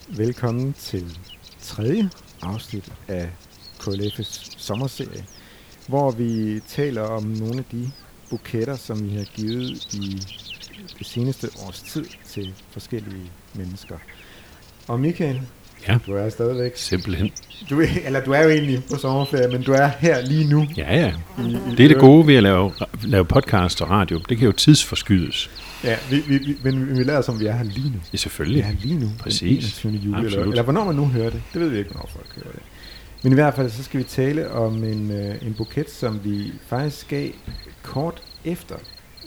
velkommen til 3. afsnit af KLF's sommerserie, hvor vi taler om nogle af de buketter, som vi har givet i det seneste års tid til forskellige mennesker. Og Michael, ja. Du er stadigvæk... Simpelthen. Du er jo egentlig på sommerferie, men du er her lige nu. Ja. Det er det gode ved at lave podcast og radio. Det kan jo tidsforskydes. Ja, men vi lader som, vi er her lige nu. Ja, selvfølgelig. Vi er her lige nu. Præcis. Den 21. juli, eller hvornår man nu hører det. Det ved vi ikke, hvornår folk hører det. Men i hvert fald, så skal vi tale om en buket, som vi faktisk gav kort efter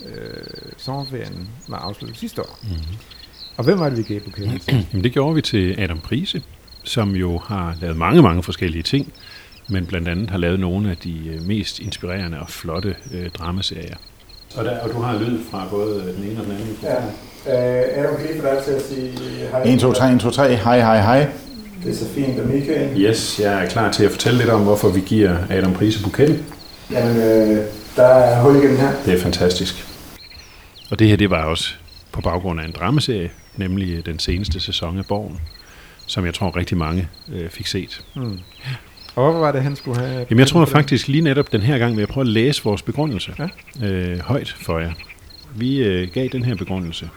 sommerferien var afsluttet sidste år. Mm-hmm. Og hvem var det, vi gav buketten til? Jamen, det gjorde vi til Adam Price, som jo har lavet mange forskellige ting, men blandt andet har lavet nogle af de mest inspirerende og flotte dramaserier. Og du har lyd fra både den ene og den anden. Ja. Adam Price for dig til at sige hej. 1, 2, 3, 1, 2, 3. Hej. Det er så fint, og Michael. Yes, jeg er klar til at fortælle lidt om, hvorfor vi giver Adam Price buketten. Jamen, der er hul igennem her. Det er fantastisk. Og det her, det var også på baggrund af en dramaserie, nemlig den seneste sæson af Borgen, som jeg tror rigtig mange fik set. Mm. Og hvorfor var det, han skulle have... Jamen, jeg tror faktisk lige netop den her gang vil jeg prøve at læse vores begrundelse højt for jer. Vi gav den her begrundelse.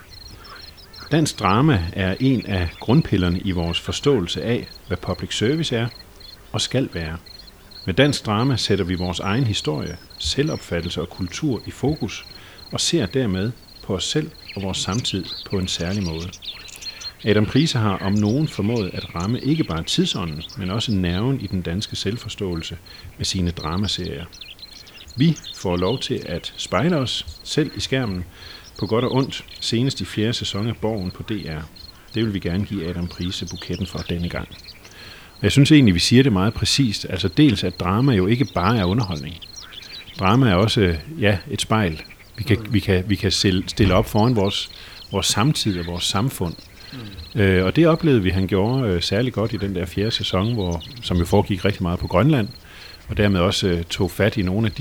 Dansk drama er en af grundpillerne i vores forståelse af, hvad public service er og skal være. Med dansk drama sætter vi vores egen historie, selvopfattelse og kultur i fokus og ser dermed på os selv og vores samtid på en særlig måde. Adam Price har om nogen formået at ramme ikke bare tidsånden, men også nerven i den danske selvforståelse med sine dramaserier. Vi får lov til at spejle os selv i skærmen på godt og ondt, senest i 4. sæson af Borgen på DR. Det vil vi gerne give Adam Price buketten for denne gang. Og jeg synes egentlig, vi siger det meget præcist. Altså dels, at drama jo ikke bare er underholdning. Drama er også et spejl. Vi kan stille op foran vores samtid og vores samfund. Og det oplevede vi, han gjorde særlig godt i den der 4. sæson, som jo foregik rigtig meget på Grønland, og dermed også tog fat i nogle af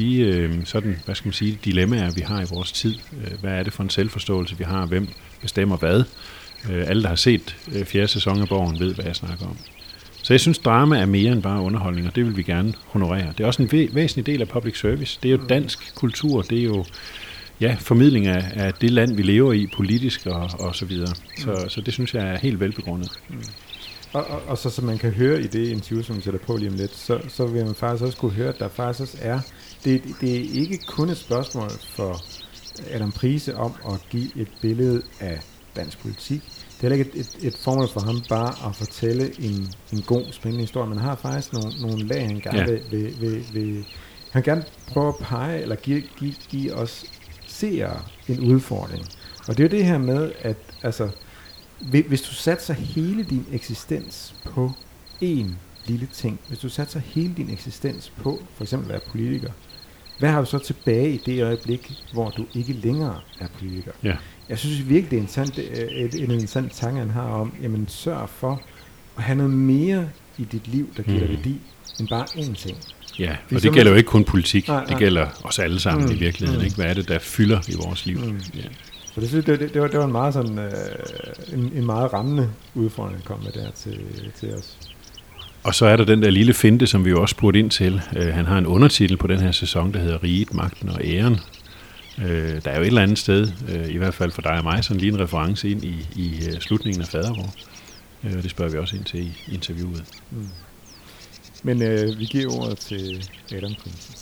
de dilemmaer, vi har i vores tid. Hvad er det for en selvforståelse, vi har? Hvem bestemmer hvad? Alle, der har set 4. sæson af Borgen, ved, hvad jeg snakker om. Så jeg synes, drama er mere end bare underholdning, og det vil vi gerne honorere. Det er også en væsentlig del af public service. Det er jo dansk kultur, det er jo formidling af det land, vi lever i, politisk og så videre. Så det synes jeg er helt velbegrundet. Og så man kan høre i det interview, som vi sætter på lige om lidt, så vil man faktisk også kunne høre, at der faktisk også er... Det er ikke kun et spørgsmål for Adam Price om at give et billede af dansk politik. Det er heller ikke et formål for ham bare at fortælle en god, spændende historie. Man har faktisk nogle lag, han gerne vil han gerne prøve at pege, eller give os seere en udfordring. Og det er jo det her med, at altså, hvis du satser hele din eksistens på én lille ting, hvis du satser hele din eksistens på for eksempel at være politiker, hvad har du så tilbage i det øjeblik, hvor du ikke længere er politiker? Ja. Jeg synes virkelig, det er en interessant tanke, han har om, jamen sørg for at have noget mere i dit liv, der giver dig værdi, end bare én ting. Ja, og det gælder jo ikke kun politik, det gælder os alle sammen i virkeligheden, ikke? Hvad er det, der fylder i vores liv? Ja. Så det var en meget sådan, en meget rammende udfordring, der kom med der til os. Og så er der den der lille finte, som vi jo også spurgte ind til. Han har en undertitel på den her sæson, der hedder Riget, Magten og Æren. Der er jo et eller andet sted, i hvert fald for dig og mig, sådan lige en reference ind i slutningen af Fadervor. Det spørger vi også ind til i interviewet. Mm. Men vi giver ordet til Adam Price.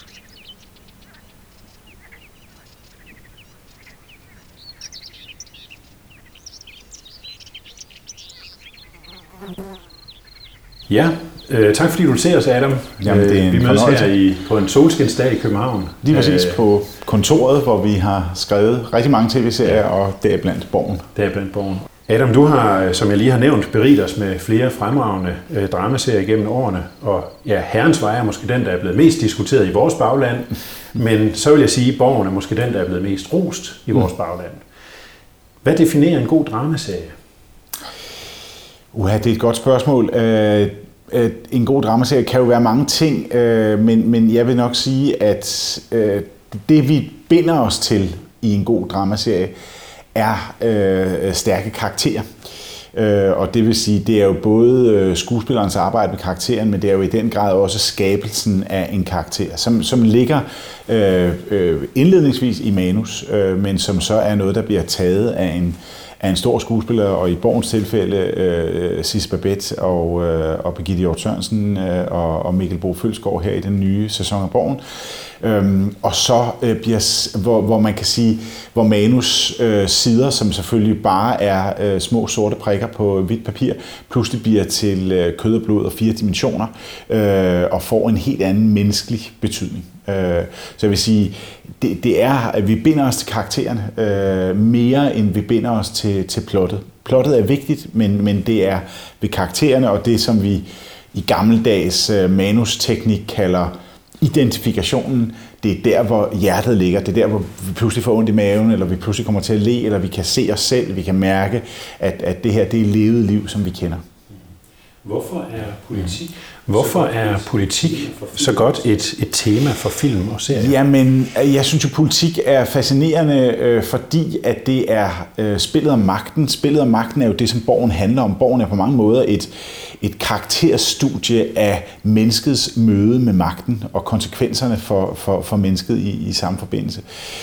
Ja, tak fordi du ser os, Adam. Jamen, det er vi mødes her på en solskinsdag i København. Lige præcis på kontoret, hvor vi har skrevet rigtig mange tv-serier, og deriblandt Borgen. Adam, du har, som jeg lige har nævnt, beriget os med flere fremragende dramaserier gennem årene, og Herrens Vej er måske den, der er blevet mest diskuteret i vores bagland, men så vil jeg sige, at Borgen er måske den, der er blevet mest rost i vores bagland. Hvad definerer en god dramaserie? Det er et godt spørgsmål. En god dramaserie kan jo være mange ting, men jeg vil nok sige, at det vi binder os til i en god dramaserie, er stærke karakterer. Og det vil sige, det er jo både skuespillerens arbejde med karakteren, men det er jo i den grad også skabelsen af en karakter, som ligger indledningsvis i manus, men som så er noget, der bliver taget af en stor skuespiller, og i Borgens tilfælde Sis Babette og Birgitte Hjort Sørensen og Mikkel Bo Følsgaard her i den nye sæson af Borgen. Og så bliver, hvor man kan sige, hvor manus sider, som selvfølgelig bare er små sorte prikker på hvidt papir, pludselig bliver til kød og blod og 4 dimensioner, og får en helt anden menneskelig betydning. Så jeg vil sige, det er, at vi binder os til karaktererne mere, end vi binder os til plottet. Plottet er vigtigt, men det er ved karaktererne, og det, som vi i gammeldags manusteknik kalder identifikationen, det er der, hvor hjertet ligger. Det er der, hvor vi pludselig får ondt i maven, eller vi pludselig kommer til at le, eller vi kan se os selv, vi kan mærke, at det her, det er levet liv, som vi kender. Hvorfor er politik så godt et tema for film og serier? Jamen, jeg synes jo, politik er fascinerende, fordi at det er spillet om magten. Spillet om magten er jo det, som Borgen handler om. Borgen er på mange måder et karakterstudie af menneskets møde med magten og konsekvenserne for mennesket i samme forbindelse.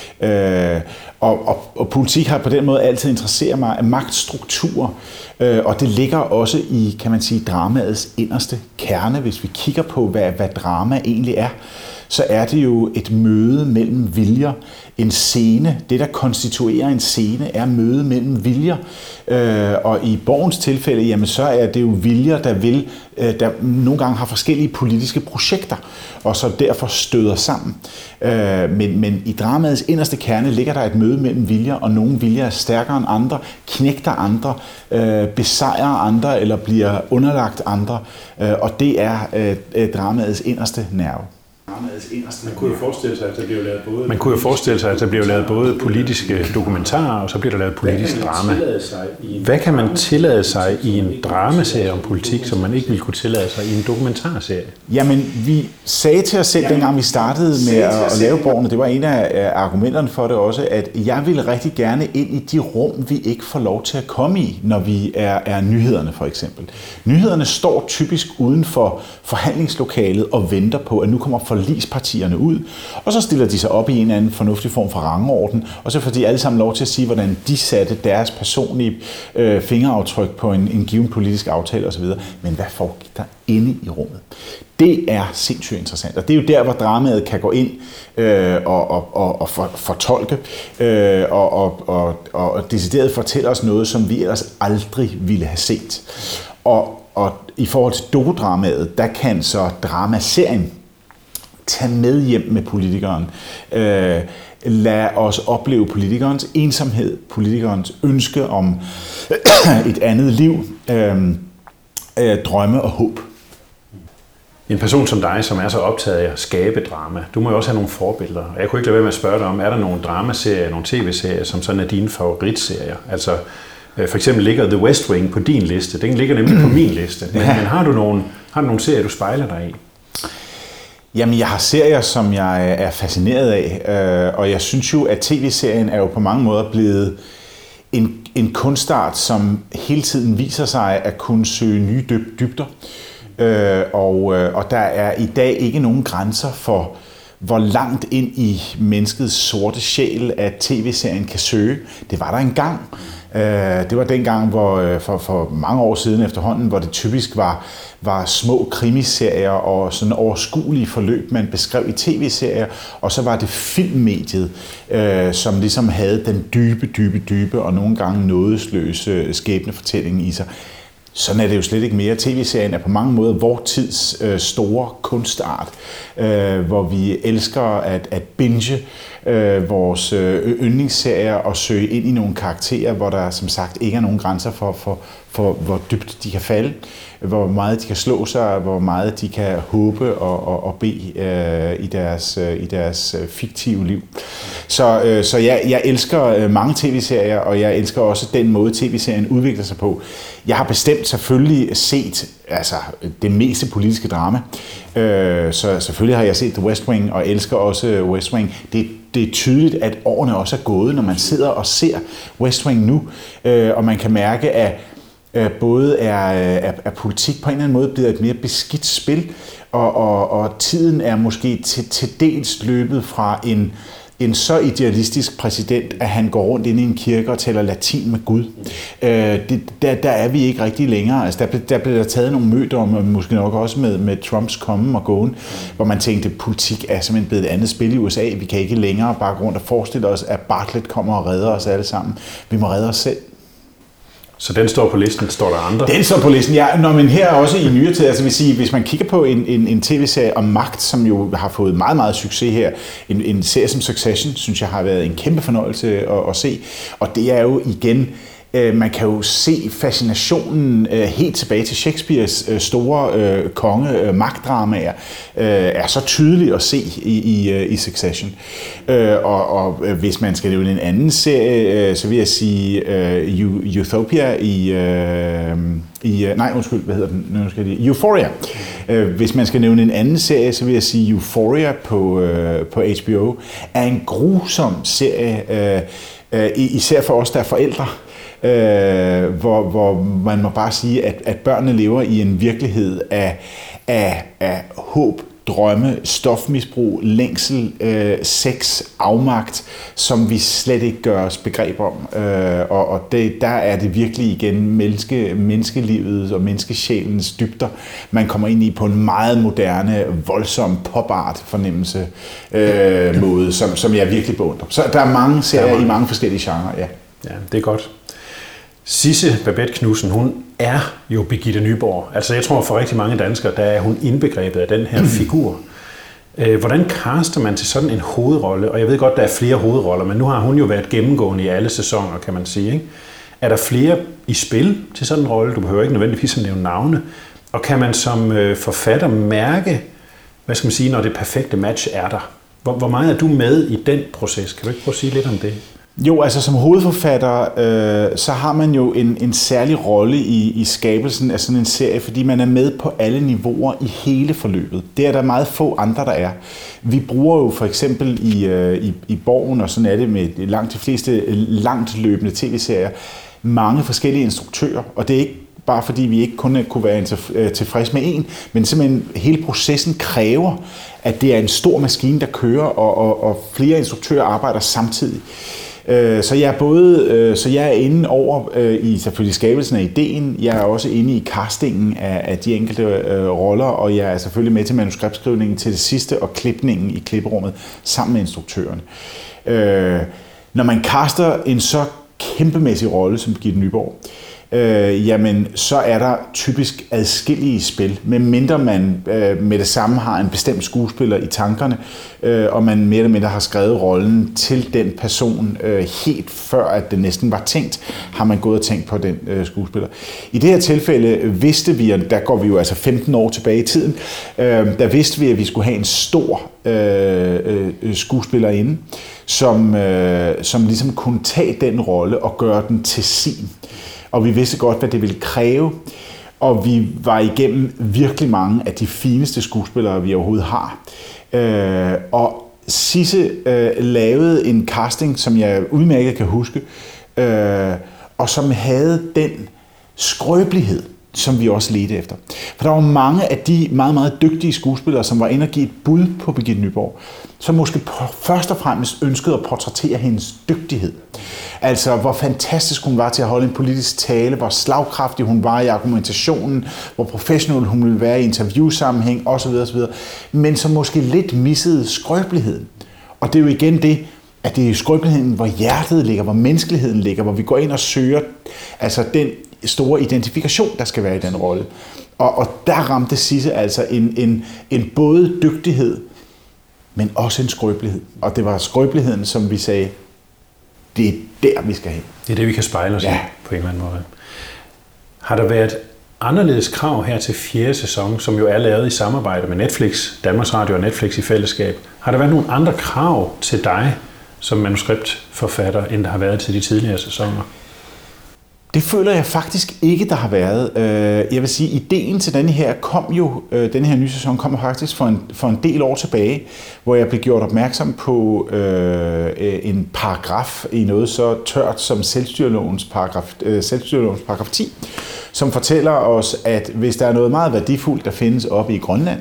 Og politik har på den måde altid interesseret mig af magtstrukturer, og det ligger også i, kan man sige, dramaets inderste kerne. Hvis vi kigger på, hvad drama egentlig er, så er det jo et møde mellem viljer. En scene, det der konstituerer en scene, er møde mellem viljer. Og i Borgens tilfælde, jamen, så er det jo viljer, der nogle gange har forskellige politiske projekter, og så derfor støder sammen. Men i dramaets inderste kerne ligger der et møde mellem viljer, og nogle viljer er stærkere end andre, knægter andre, besejrer andre eller bliver underlagt andre, og det er dramaets inderste nerve. Man kunne jo forestille sig, at der bliver lavet både politiske dokumentarer, og så bliver der lavet politisk drama. Hvad kan man tillade sig i en dramaserie om politik, som man ikke ville kunne tillade sig i en dokumentarserie? Jamen, vi sagde til os selv, dengang vi startede med at lave Borgen, det var en af argumenterne for det også, at jeg ville rigtig gerne ind i de rum, vi ikke får lov til at komme i, når vi er nyhederne for eksempel. Nyhederne står typisk uden for forhandlingslokalet og venter på, at nu kommer forligspartierne ud, og så stiller de sig op i en eller anden fornuftig form for rangorden, og så får de alle sammen lov til at sige, hvordan de satte deres personlige fingeraftryk på en given politisk aftale osv. Men hvad foregik der inde i rummet? Det er sindssygt interessant, og det er jo der, hvor dramaet kan gå ind og fortolke og decideret fortælle os noget, som vi ellers aldrig ville have set. Og i forhold til dokudramaet, der kan så dramaserien tage med hjem med politikeren. Lad os opleve politikerens ensomhed, politikerens ønske om et andet liv, drømme og håb. En person som dig, som er så optaget af at skabe drama, du må jo også have nogle forbilleder. Jeg kunne ikke lade være med at spørge dig om, er der nogle dramaserier, nogle tv-serier, som sådan er dine favoritserier? Altså, for eksempel ligger The West Wing på din liste. Den ligger nemlig på min liste. Men har du nogle serier, du spejler dig i? Jamen, jeg har serier, som jeg er fascineret af, og jeg synes jo, at tv-serien er jo på mange måder blevet en kunstart, som hele tiden viser sig at kunne søge nye dybder. Og der er i dag ikke nogen grænser for, hvor langt ind i menneskets sorte sjæl, at tv-serien kan søge. Det var der engang. Det var dengang, hvor for mange år siden efterhånden, hvor det typisk var små krimiserier og sådan overskuelige forløb, man beskrev i tv-serier, og så var det filmmediet, som ligesom havde den dybe og nogle gange nådesløse skæbnefortælling i sig. Sådan er det jo slet ikke mere. TV-serien er på mange måder vor tids store kunstart, hvor vi elsker at binge vores yndlingsserier og søge ind i nogle karakterer, hvor der som sagt ikke er nogen grænser for hvor dybt de kan falde, hvor meget de kan slå sig, hvor meget de kan håbe og bede i deres fiktive liv. Så jeg elsker mange tv-serier, og jeg elsker også den måde, tv-serien udvikler sig på. Jeg har bestemt selvfølgelig set det meste politiske drama, så selvfølgelig har jeg set The West Wing, og elsker også West Wing. Det er tydeligt, at årene også er gået, når man sidder og ser West Wing nu, og man kan mærke, både er politik på en eller anden måde blevet et mere beskidt spil, og tiden er måske til dels løbet fra en så idealistisk præsident, at han går rundt ind i en kirke og taler latin med Gud. Der er vi ikke rigtig længere. Altså, der blev der taget nogle møder, og måske nok også med Trumps komme og gåen, hvor man tænkte, at politik er simpelthen blevet et andet spil i USA. Vi kan ikke længere bare gå rundt og forestille os, at Bartlett kommer og redder os alle sammen. Vi må redde os selv. Så den står på listen, står der andre? Den står på listen, ja. Men her også i nyere tid, altså vil sige, hvis man kigger på en tv-serie om magt, som jo har fået meget, meget succes her, en serie som Succession, synes jeg har været en kæmpe fornøjelse at se, og det er jo igen, man kan jo se fascinationen helt tilbage til Shakespeares store konge-magtdramaer, er så tydeligt at se i Succession. Og hvis man skal nævne en anden serie, så vil jeg sige Utopia Euphoria. Hvis man skal nævne en anden serie, så vil jeg sige Euphoria på HBO, er en grusom serie, især for os, der er forældre. Hvor man må bare sige, at børnene lever i en virkelighed af håb, drømme, stofmisbrug, længsel, sex, afmagt, som vi slet ikke gør os begreb om. Og der er det virkelig igen menneskelivet og menneskesjælens dybder, man kommer ind i på en meget moderne, voldsom pop-art fornemmelse måde, som jeg virkelig beundrer. Så der er mange serier i mange forskellige genrer, ja. Ja, det er godt. Sisse Babett Knudsen, hun er jo Birgitte Nyborg. Altså jeg tror for rigtig mange danskere, der er hun indbegrebet af den her figur. Hvordan caster man til sådan en hovedrolle? Og jeg ved godt, der er flere hovedroller, men nu har hun jo været gennemgående i alle sæsoner, kan man sige. Ikke? Er der flere i spil til sådan en rolle? Du behøver ikke nødvendigvis at nævne navne. Og kan man som forfatter mærke, hvad skal man sige, når det perfekte match er der? Hvor meget er du med i den proces? Kan du ikke prøve at sige lidt om det? Jo, altså som hovedforfatter, så har man jo en særlig rolle i skabelsen af sådan en serie, fordi man er med på alle niveauer i hele forløbet. Det er der meget få andre, der er. Vi bruger jo for eksempel i Borgen, og sådan er det med langt de fleste langt løbende tv-serier, mange forskellige instruktører, og det er ikke bare fordi vi ikke kun kunne være tilfreds med en, men simpelthen hele processen kræver, at det er en stor maskine, der kører, og flere instruktører arbejder samtidig. Så jeg er inde over i selvfølgelig skabelsen af ideen, jeg er også inde i castingen af de enkelte roller, og jeg er selvfølgelig med til manuskriptskrivningen til det sidste og klipningen i klipperummet sammen med instruktørerne. Når man caster en så kæmpemæssig rolle som Birgitte Nyborg, jamen så er der typisk adskillige spil, medmindre man med det samme har en bestemt skuespiller i tankerne, og man mere eller mindre har skrevet rollen til den person helt før, at det næsten var tænkt, har man gået og tænkt på den skuespiller. I det her tilfælde vidste vi, og der går vi jo altså 15 år tilbage i tiden, der vidste vi, at vi skulle have en stor skuespillerinde, som ligesom kunne tage den rolle og gøre den til sin. Og vi vidste godt, hvad det ville kræve, og vi var igennem virkelig mange af de fineste skuespillere, vi overhovedet har. Og Sisse lavede en casting, som jeg udmærket kan huske, og som havde den skrøbelighed, som vi også ledte efter. For der var mange af de meget, meget dygtige skuespillere, som var inde og give et bud på Birgitte Nyborg, som måske først og fremmest ønskede at portrættere hendes dygtighed. Altså, hvor fantastisk hun var til at holde en politisk tale, hvor slagkraftig hun var i argumentationen, hvor professionel hun ville være i interviewsammenhæng osv. osv. Men som måske lidt missede skrøbeligheden. Og det er jo igen det, at det er skrøbeligheden, hvor hjertet ligger, hvor menneskeligheden ligger, hvor vi går ind og søger altså den store identifikation, der skal være i den rolle. Og der ramte Sisse altså en både dygtighed, men også en skrøbelighed. Og det var skrøbeligheden, som vi sagde, det er der, vi skal hen. Det er det, vi kan spejle os i på en eller anden måde. Har der været anderledes krav her til 4. sæson, som jo er lavet i samarbejde med Netflix, Danmarks Radio og Netflix i fællesskab? Har der været nogle andre krav til dig som manuskriptforfatter, end der har været til de tidligere sæsoner? Det føler jeg faktisk ikke, der har været. Jeg vil sige, ideen til den her nye sæson kom faktisk for en del år tilbage, hvor jeg blev gjort opmærksom på en paragraf i noget så tørt som selvstyrelovens paragraf 10, som fortæller os, at hvis der er noget meget værdifuldt, der findes oppe i Grønland,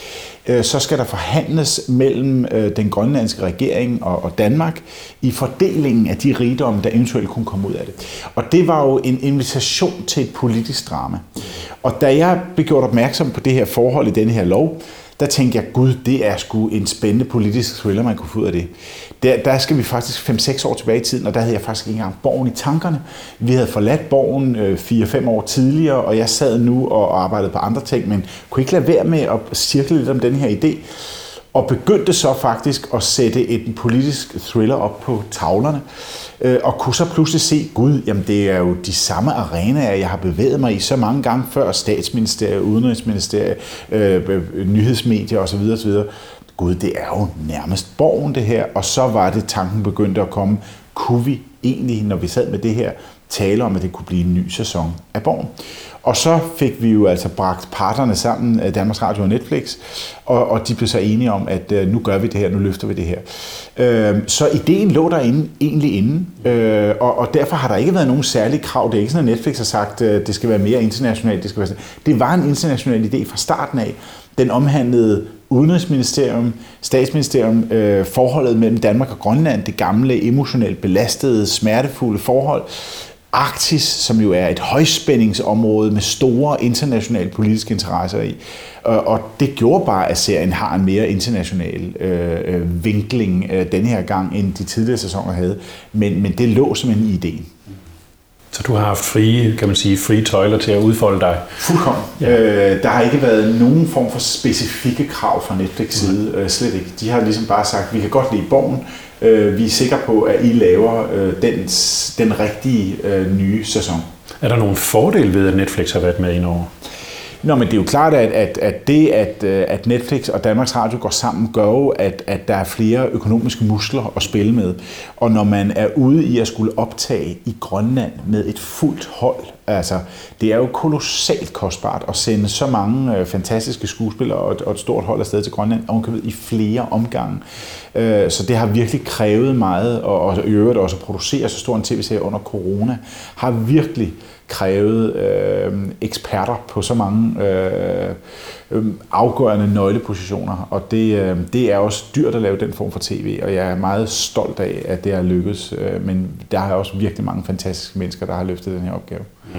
så skal der forhandles mellem den grønlandske regering og Danmark i fordelingen af de rigdomme, der eventuelt kunne komme ud af det. Og det var jo en invitation til et politisk drama. Og da jeg blev gjort opmærksom på det her forhold i denne her lov, der tænkte jeg, gud, det er sgu en spændende politisk thriller, man kunne få ud af det. Der skal vi faktisk 5-6 år tilbage i tiden, og der havde jeg faktisk ikke engang Borgen i tankerne. Vi havde forladt Borgen 4-5 år tidligere, og jeg sad nu og arbejdede på andre ting, men kunne ikke lade være med at cirkle lidt om den her idé. Og begyndte så faktisk at sætte en politisk thriller op på tavlerne, og kunne så pludselig se, gud, jamen det er jo de samme arenaer, jeg har bevæget mig i så mange gange før, Statsministeriet, Udenrigsministeriet, nyhedsmedier osv. osv. Gud, det er jo nærmest Borgen det her, og så var det, tanken begyndte at komme, kunne vi egentlig, når vi sad med det her, tale om, at det kunne blive en ny sæson af Borgen. Og så fik vi jo altså bragt parterne sammen, Danmarks Radio og Netflix, og de blev så enige om, at nu gør vi det her, nu løfter vi det her. Så ideen lå derinde, egentlig inden, og derfor har der ikke været nogen særlige krav. Det er ikke sådan, at Netflix har sagt, at det skal være mere internationalt. Det var en international idé fra starten af. Den omhandlede Udenrigsministerium, Statsministerium, forholdet mellem Danmark og Grønland, det gamle, emotionelt belastede, smertefulde forhold. Arktis, som jo er et højspændingsområde med store internationale politiske interesser i. Og det gjorde bare, at serien har en mere international vinkling denne her gang, end de tidligere sæsoner havde. Men det lå som en idé. Så du har haft frie tøjler til at udfolde dig? Fuldkommen. Ja. Der har ikke været nogen form for specifikke krav fra Netflix side, slet ikke. De har ligesom bare sagt, at vi kan godt lide Borgen. Vi er sikre på, at I laver den rigtige nye sæson. Er der nogle fordele ved, at Netflix har været med indover? Nå, men det er jo klart, at Netflix og Danmarks Radio går sammen, gør jo, at der er flere økonomiske muskler at spille med. Og når man er ude i at skulle optage i Grønland med et fuldt hold, altså det er jo kolossalt kostbart at sende så mange fantastiske skuespillere og et stort hold afsted til Grønland, og i flere omgange. Så det har virkelig krævet meget, og i øvrigt også at producere så stor en tv-serie under corona, har virkelig krævet eksperter på så mange afgørende nøglepositioner, og det er også dyrt at lave den form for tv, og jeg er meget stolt af, at det har lykkes, men der er også virkelig mange fantastiske mennesker, der har løftet den her opgave. Mm.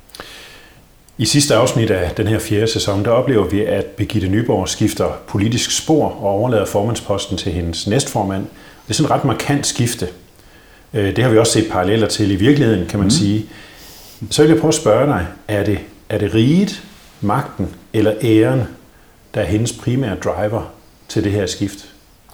I sidste afsnit af den her 4. sæson, der oplever vi, at Birgitte Nyborg skifter politisk spor og overlader formandsposten til hendes næstformand. Det er sådan et ret markant skifte. Det har vi også set paralleller til i virkeligheden, kan man sige. Så vil jeg prøve at spørge dig, er det riget, magten eller æren, der er hendes primære driver til det her skift?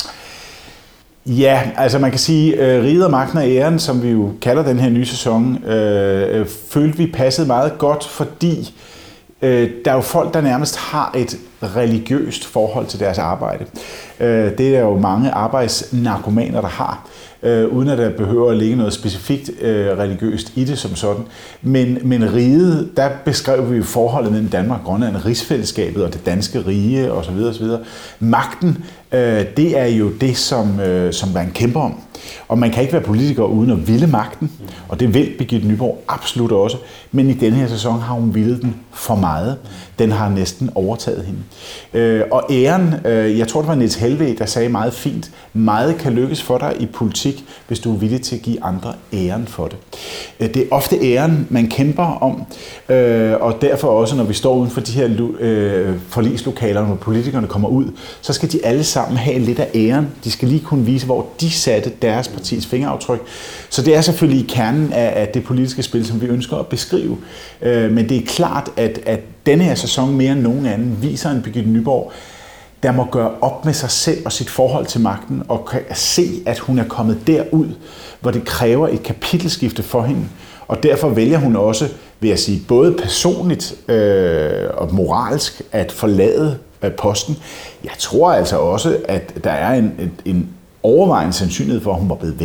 Ja, altså man kan sige, riget og magten og æren, som vi jo kalder den her nye sæson, følte vi passede meget godt, fordi der er jo folk, der nærmest har et religiøst forhold til deres arbejde. Det er jo mange arbejdsnarkomaner, der har, uden at der behøver at ligge noget specifikt religiøst i det som sådan. Men riget, der beskrev vi jo forholdet mellem Danmark og Grønland, rigsfællesskabet og det danske rige osv. osv. Magten, det er jo det, som man kæmper om. Og man kan ikke være politiker uden at ville magten, og det vil Birgitte Nyborg absolut også. Men i denne her sæson har hun villet den for meget. Den har næsten overtaget hende. Og æren, jeg tror det var Niels Helveg, der sagde meget fint, meget kan lykkes for dig i politik, hvis du er villig til at give andre æren for det. Det er ofte æren, man kæmper om, og derfor også, når vi står uden for de her forligslokaler, når politikerne kommer ud, så skal de alle sammen have lidt af æren. De skal lige kunne vise, hvor de satte deres partis fingeraftryk. Så det er selvfølgelig i kernen af det politiske spil, som vi ønsker at beskrive. Men det er klart, at denne her sæson mere end nogen anden viser en Birgitte Nyborg, der må gøre op med sig selv og sit forhold til magten, og kan se, at hun er kommet derud, hvor det kræver et kapitelskifte for hende. Og derfor vælger hun også, vil jeg sige, både personligt og moralsk at forlade posten. Jeg tror altså også, at der er en overvejende sandsynlighed for, at hun var blevet væltet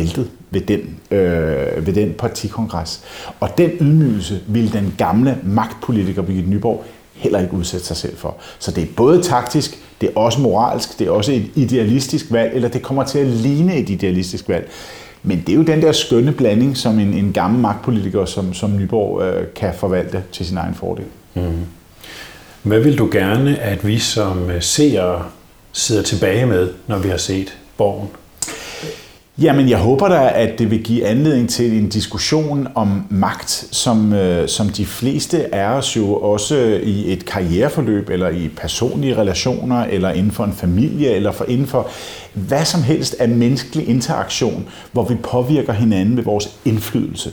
ved den partikongres. Og den ydmygelse ville den gamle magtpolitiker Birgitte Nyborg heller ikke udsætte sig selv for. Så det er både taktisk, det er også moralsk, det er også et idealistisk valg, eller det kommer til at ligne et idealistisk valg. Men det er jo den der skønne blanding, som en gammel magtpolitiker som Nyborg kan forvalte til sin egen fordel. Hvad vil du gerne, at vi som seere sidder tilbage med, når vi har set Borgen? Jamen, jeg håber da, at det vil give anledning til en diskussion om magt, som de fleste af os jo også i et karriereforløb, eller i personlige relationer, eller inden for en familie, eller inden for hvad som helst af menneskelig interaktion, hvor vi påvirker hinanden ved vores indflydelse.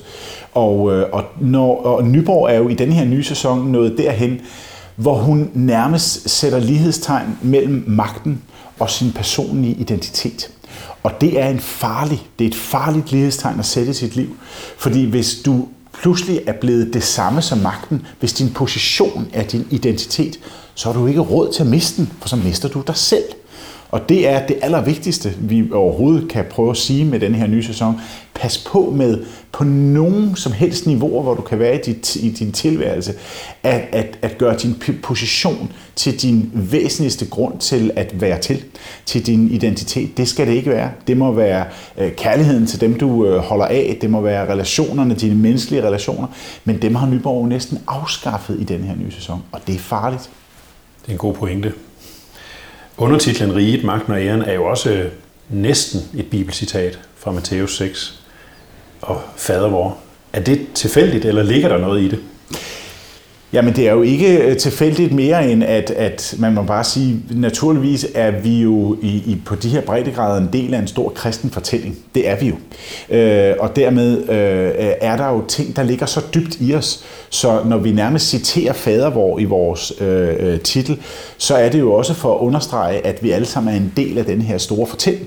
Og Nyborg er jo i den her nye sæson nået derhen, hvor hun nærmest sætter lighedstegn mellem magten og sin personlige identitet. Og det er et farligt lighedstegn at sætte i sit liv. Fordi hvis du pludselig er blevet det samme som magten, hvis din position er din identitet, så har du ikke råd til at miste den, for så mister du dig selv. Og det er det allervigtigste, vi overhovedet kan prøve at sige med den her nye sæson. Pas på med på nogen som helst niveauer, hvor du kan være i din tilværelse, at gøre din position til din væsentligste grund til at være til din identitet. Det skal det ikke være. Det må være kærligheden til dem, du holder af. Det må være relationerne, dine menneskelige relationer. Men dem har Nyborg næsten afskaffet i den her nye sæson, og det er farligt. Det er en god pointe. Undertitlen Riget, Magten og Æren er jo også næsten et bibelcitat fra Matthæus 6 og Fader vor. Er det tilfældigt, eller ligger der noget i det? Jamen, det er jo ikke tilfældigt mere end, at man må bare sige, naturligvis er vi jo på de her breddegrader en del af en stor kristen fortælling. Det er vi jo. Og dermed er der jo ting, der ligger så dybt i os, så når vi nærmest citerer Fader vor i vores titel, så er det jo også for at understrege, at vi alle sammen er en del af den her store fortælling.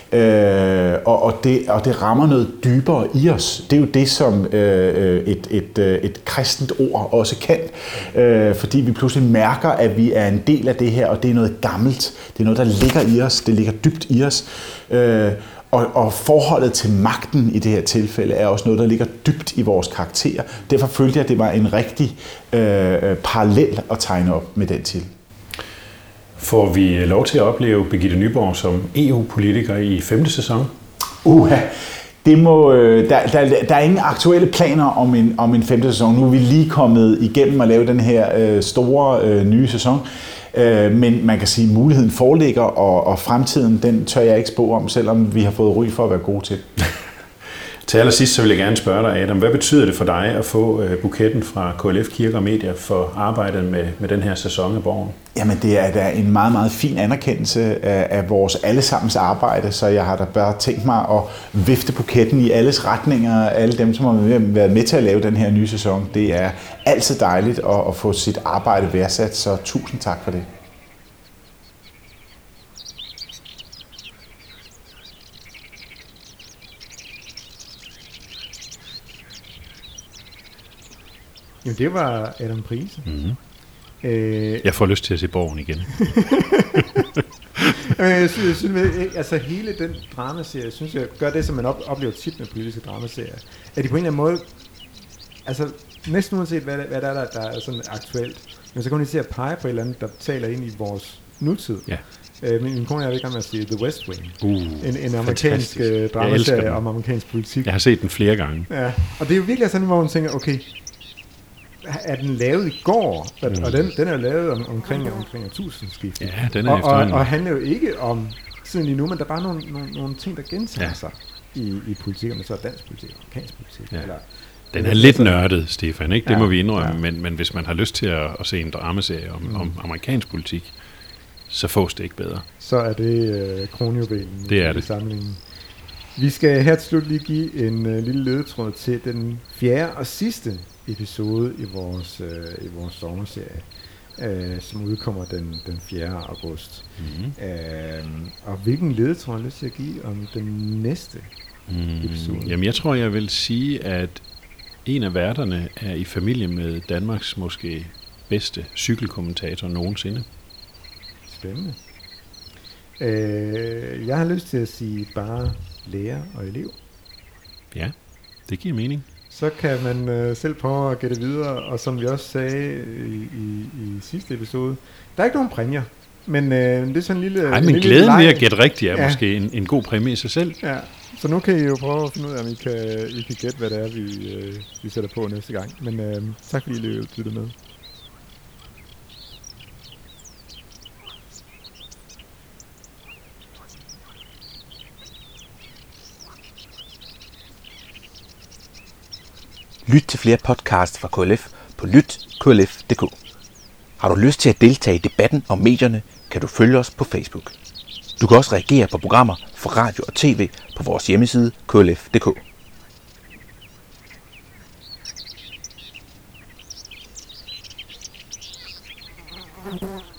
Og det rammer noget dybere i os. Det er jo det, som et kristent ord også kan. Fordi vi pludselig mærker, at vi er en del af det her, og det er noget gammelt. Det er noget, der ligger i os. Det ligger dybt i os. Og forholdet til magten i det her tilfælde er også noget, der ligger dybt i vores karakterer. Derfor følte jeg, at det var en rigtig parallel at tegne op med den til. Får vi lov til at opleve Birgitte Nyborg som EU-politiker i 5. sæson? Det må, der er ingen aktuelle planer om en 5. sæson. Nu er vi lige kommet igennem at lave den her store nye sæson. Men man kan sige, at muligheden foreligger, og fremtiden, den tør jeg ikke spå om, selvom vi har fået ry for at være gode til. Til allersidst så vil jeg gerne spørge dig, Adam, hvad betyder det for dig at få buketten fra KLF Kirke og Medier for arbejdet med den her sæson af Borgen? Jamen, det er da en meget, meget fin anerkendelse af vores allesammens arbejde, så jeg har da bare tænkt mig at vifte buketten i alles retninger, alle dem, som har været med til at lave den her nye sæson. Det er altid dejligt at få sit arbejde værdsat, så tusind tak for det. Jamen, det var Adam Price. Mm-hmm. Jeg får lyst til at se Borgen igen. Jeg synes, altså hele den dramaserie, synes jeg gør det, som man oplever tit med politiske dramaserier, at de på en eller anden måde, altså næsten uanset hvad der er sådan aktuelt, men så kan man lige se at pege på et eller andet, der taler ind i vores nutid. Ja. Min kone er i gang med at sige The West Wing. En amerikansk dramaserie om amerikansk politik. Jeg har set den flere gange. Ja. Og det er jo virkelig sådan, hvor man tænker, okay, er den lavet i går? Og den er lavet omkring årtusindskiftet. Ja, den er efterhånden. Og handler jo ikke om siden lige nu, men der er bare nogle ting, der gentager sig i politik, om det så er dansk politik, amerikansk politik. Ja. Eller, den er lidt nørdet, Stefan, ikke? Det må vi indrømme, men hvis man har lyst til at se en dramaserie om amerikansk politik, så fås det ikke bedre. Så er det kronjuvelen i samlingen. Vi skal her til slut lige give en lille ledetråd til den 4. og sidste episode i vores sommerserie, som udkommer den 4. august. Mm-hmm. Og hvilken ledetråd har jeg lyst til at give om den næste episode? Jamen, jeg tror, jeg vil sige, at en af værterne er i familie med Danmarks måske bedste cykelkommentator nogensinde. Spændende. Jeg har lyst til at sige bare lærer og elev. Ja, det giver mening. Så kan man selv prøve at gætte videre, og som vi også sagde i sidste episode, der er ikke nogen præmier, men det er sådan en lille... Nej, men glæden ved at gætte rigtigt er måske en god præmie i sig selv. Ja, så nu kan I jo prøve at finde ud af, om I kan gætte, hvad det er, vi sætter på næste gang. Men tak fordi I lyttede med. Lyt til flere podcasts fra KLF på lytklf.dk. Har du lyst til at deltage i debatten om medierne, kan du følge os på Facebook. Du kan også reagere på programmer fra radio og tv på vores hjemmeside klf.dk.